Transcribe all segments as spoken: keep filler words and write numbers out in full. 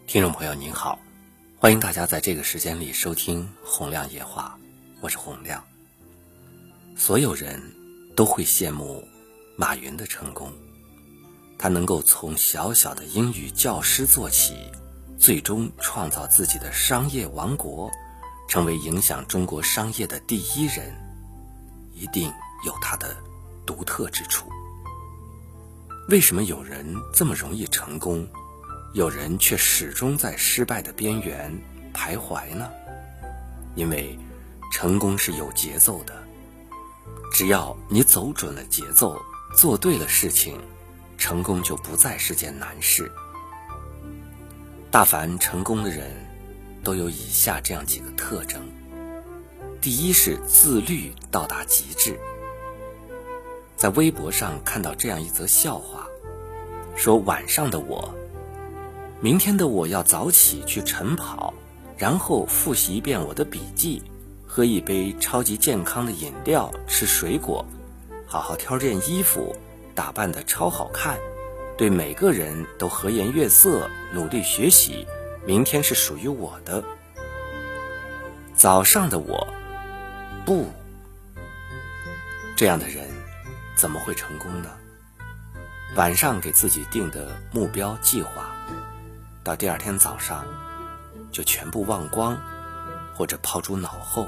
听众朋友您好，欢迎大家在这个时间里收听洪亮夜话，我是洪亮。所有人都会羡慕马云的成功，他能够从小小的英语教师做起，最终创造自己的商业王国，成为影响中国商业的第一人，一定有他的独特之处。为什么有人这么容易成功，有人却始终在失败的边缘徘徊呢？因为成功是有节奏的，只要你走准了节奏，做对了事情，成功就不再是件难事。大凡成功的人都有以下这样几个特征。第一是自律到达极致。在微博上看到这样一则笑话，说晚上的我，明天的我要早起去晨跑，然后复习一遍我的笔记，喝一杯超级健康的饮料，吃水果，好好挑件衣服，打扮得超好看，对每个人都和颜悦色，努力学习，明天是属于我的。早上的我，不，这样的人怎么会成功呢？晚上给自己定的目标计划，到第二天早上就全部忘光，或者抛诸脑后。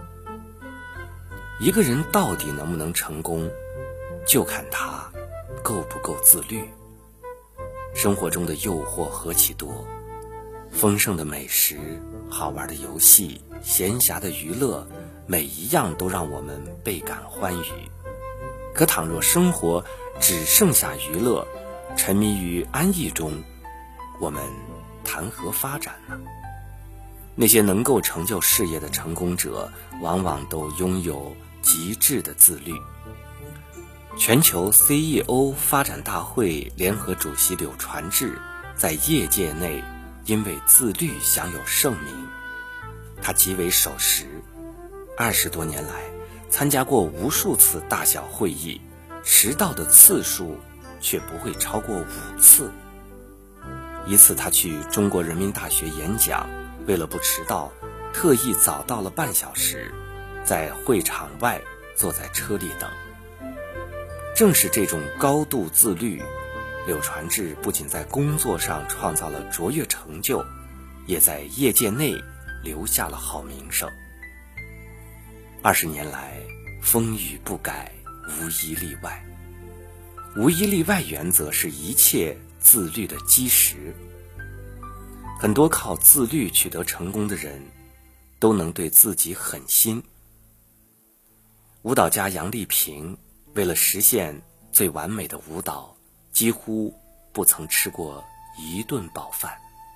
一个人到底能不能成功，就看他够不够自律。生活中的诱惑何其多，丰盛的美食，好玩的游戏，闲暇的娱乐，每一样都让我们倍感欢愉。可倘若生活只剩下娱乐，沉迷于安逸中，我们谈何发展呢？那些能够成就事业的成功者，往往都拥有极致的自律。全球 C E O 发展大会联合主席柳传志在业界内因为自律享有盛名，他极为守时，二十多年来参加过无数次大小会议，迟到的次数却不会超过五次。一次他去中国人民大学演讲，为了不迟到，特意早到了半小时，在会场外坐在车里等。正是这种高度自律，柳传志不仅在工作上创造了卓越成就，也在业界内留下了好名声。二十年来，风雨不改，无一例外。无一例外原则是一切自律的基石。很多靠自律取得成功的人，都能对自己狠心。舞蹈家杨丽萍为了实现最完美的舞蹈，几乎不曾吃过一顿饱饭。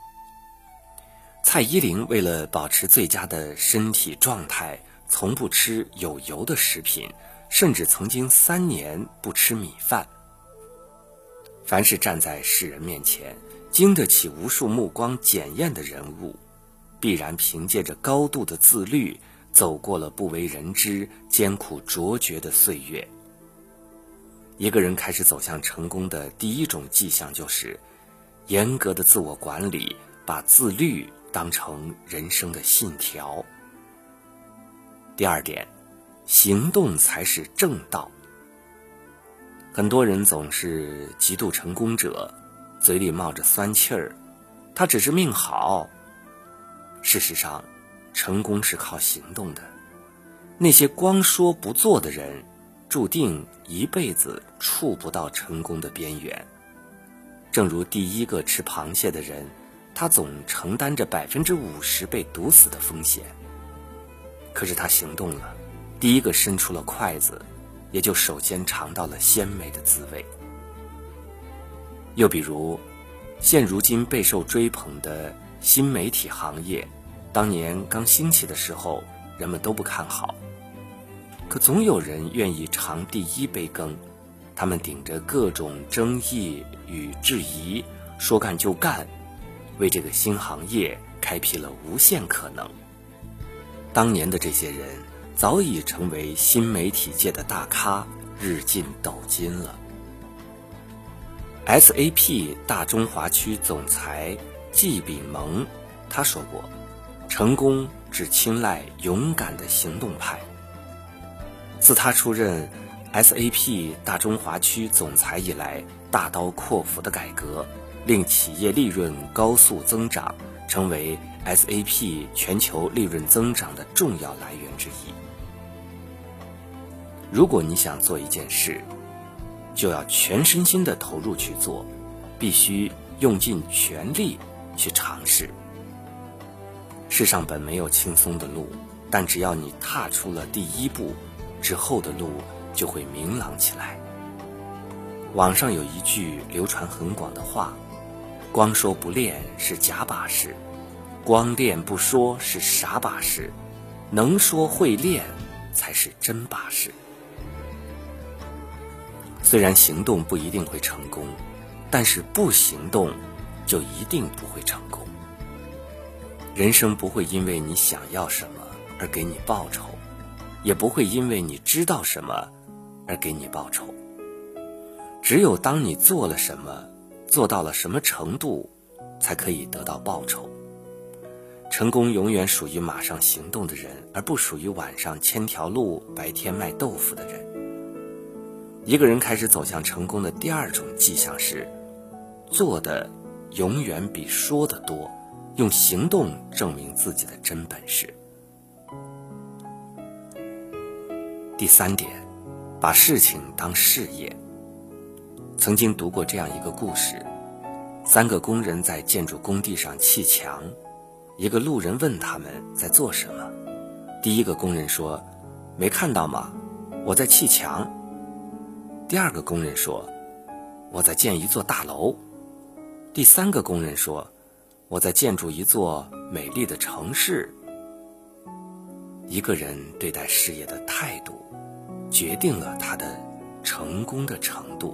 蔡依林为了保持最佳的身体状态，从不吃有油的食品，甚至曾经三年不吃米饭。凡是站在世人面前，经得起无数目光检验的人物，必然凭借着高度的自律，走过了不为人知、艰苦卓绝的岁月。一个人开始走向成功的第一种迹象，就是严格的自我管理，把自律当成人生的信条。第二点，行动才是正道。很多人总是极度成功者，嘴里冒着酸气儿，他只是命好。事实上，成功是靠行动的。那些光说不做的人，注定一辈子触不到成功的边缘。正如第一个吃螃蟹的人，他总承担着百分之五十被毒死的风险。可是他行动了，第一个伸出了筷子，也就首先尝到了鲜美的滋味。又比如，现如今备受追捧的新媒体行业，当年刚兴起的时候，人们都不看好。可总有人愿意尝第一杯羹，他们顶着各种争议与质疑，说干就干，为这个新行业开辟了无限可能。当年的这些人早已成为新媒体界的大咖，日进斗金了。S A P 大中华区总裁季炳蒙他说过，成功只青睐勇敢的行动派。自他出任 S A P 大中华区总裁以来，大刀阔斧的改革令企业利润高速增长，成为 S A P 全球利润增长的重要来源之一。如果你想做一件事，就要全身心地投入去做，必须用尽全力去尝试。世上本没有轻松的路，但只要你踏出了第一步，之后的路就会明朗起来。网上有一句流传很广的话，光说不练是假把式，光练不说是傻把式，能说会练才是真把式。虽然行动不一定会成功，但是不行动就一定不会成功。人生不会因为你想要什么而给你报酬，也不会因为你知道什么而给你报酬。只有当你做了什么，做到了什么程度，才可以得到报酬。成功永远属于马上行动的人，而不属于晚上牵条路白天卖豆腐的人。一个人开始走向成功的第二种迹象是，做的永远比说的多，用行动证明自己的真本事。第三点，把事情当事业。曾经读过这样一个故事，三个工人在建筑工地上砌墙，一个路人问他们在做什么。第一个工人说，没看到吗？我在砌墙。第二个工人说，我在建一座大楼。第三个工人说，我在建筑一座美丽的城市。一个人对待事业的态度，决定了他的成功的程度。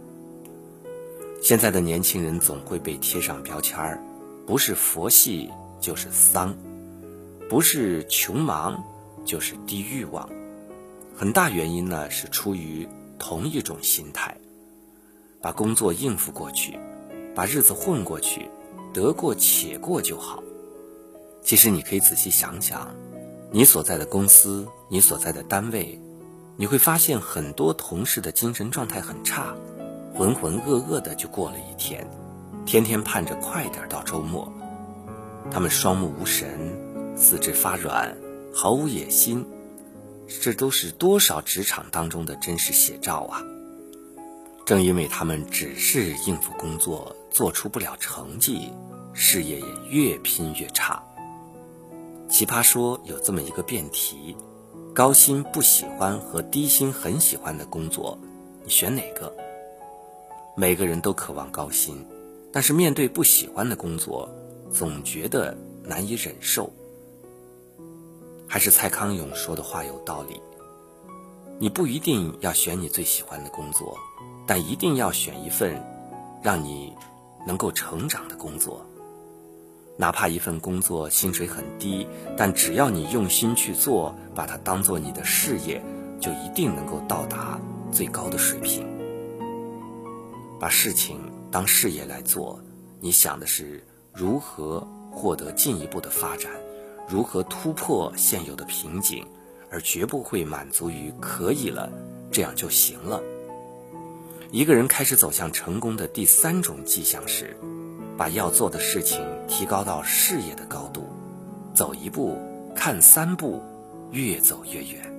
现在的年轻人总会被贴上标签儿，不是佛系就是丧，不是穷忙就是低欲望。很大原因呢是出于同一种心态，把工作应付过去，把日子混过去，得过且过就好。其实你可以仔细想想，你所在的公司，你所在的单位，你会发现很多同事的精神状态很差，浑浑噩噩的就过了一天，天天盼着快点到周末。他们双目无神，四肢发软，毫无野心，这都是多少职场当中的真实写照啊！正因为他们只是应付工作，做出不了成绩，事业也越拼越差。奇葩说有这么一个辩题，高薪不喜欢和低薪很喜欢的工作，你选哪个？每个人都渴望高薪，但是面对不喜欢的工作，总觉得难以忍受。还是蔡康永说的话有道理，你不一定要选你最喜欢的工作，但一定要选一份让你能够成长的工作。哪怕一份工作薪水很低，但只要你用心去做，把它当作你的事业，就一定能够到达最高的水平。把事情当事业来做，你想的是如何获得进一步的发展，如何突破现有的瓶颈，而绝不会满足于可以了，这样就行了。一个人开始走向成功的第三种迹象是，把要做的事情提高到事业的高度，走一步看三步，越走越远。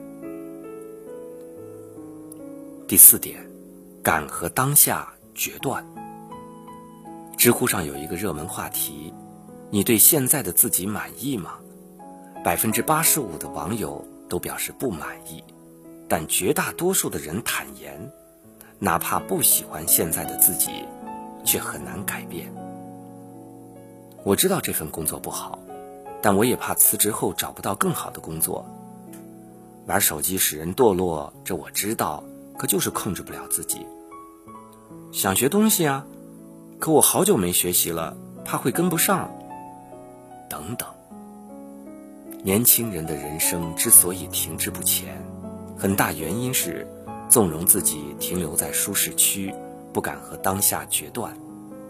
第四点，敢和当下决断。知乎上有一个热门话题，你对现在的自己满意吗？百分之八十五的网友都表示不满意，但绝大多数的人坦言，哪怕不喜欢现在的自己，却很难改变。我知道这份工作不好，但我也怕辞职后找不到更好的工作。玩手机使人堕落，这我知道，可就是控制不了自己。想学东西啊，可我好久没学习了，怕会跟不上，等等。年轻人的人生之所以停滞不前，很大原因是纵容自己停留在舒适区，不敢和当下决断。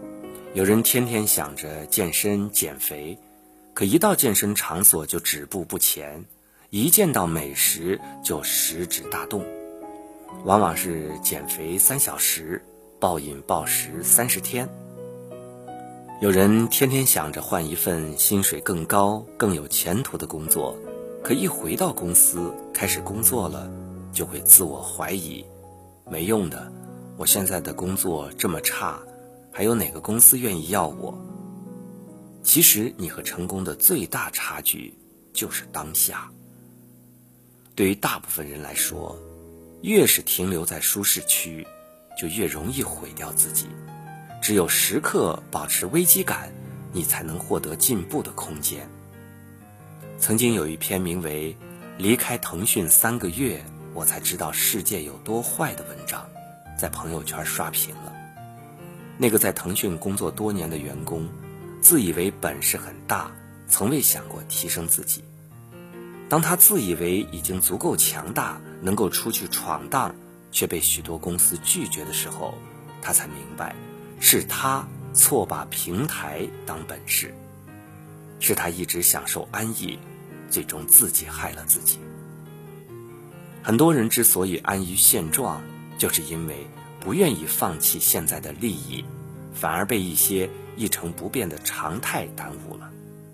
有人天天想着健身减肥，可一到健身场所就止步不前，一见到美食就食指大动，往往是减肥三小时，暴饮暴食三十天。有人天天想着换一份薪水更高、更有前途的工作，可一回到公司开始工作了，就会自我怀疑，没用的，我现在的工作这么差，还有哪个公司愿意要我？其实你和成功的最大差距就是当下。对于大部分人来说，越是停留在舒适区，就越容易毁掉自己。只有时刻保持危机感，你才能获得进步的空间。曾经有一篇名为《离开腾讯三个月，我才知道世界有多坏》的文章，在朋友圈刷屏了。那个在腾讯工作多年的员工，自以为本事很大，从未想过提升自己。当他自以为已经足够强大，能够出去闯荡，却被许多公司拒绝的时候，他才明白，是他错把平台当本事，是他一直享受安逸，最终自己害了自己。很多人之所以安于现状，就是因为不愿意放弃现在的利益，反而被一些一成不变的常态耽误了。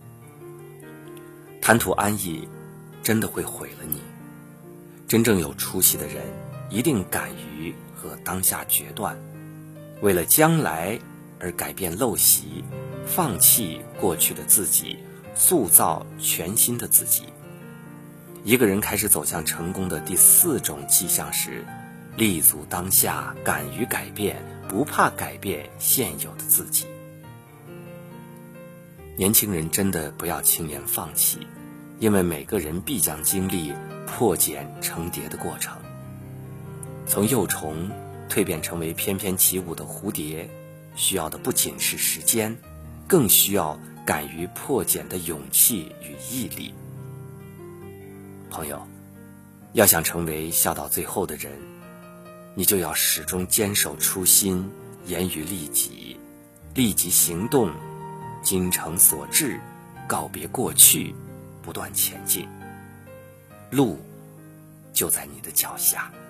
贪图安逸，真的会毁了你。真正有出息的人，一定敢于和当下决断，为了将来而改变陋习，放弃过去的自己，塑造全新的自己。一个人开始走向成功的第四种迹象是，立足当下，敢于改变，不怕改变现有的自己。年轻人真的不要轻言放弃，因为每个人必将经历破茧成蝶的过程。从幼虫蜕变成为翩翩起舞的蝴蝶，需要的不仅是时间，更需要敢于破茧的勇气与毅力。朋友，要想成为笑到最后的人，你就要始终坚守初心，严于律己，立即行动，精诚所至，告别过去，不断前进。路就在你的脚下。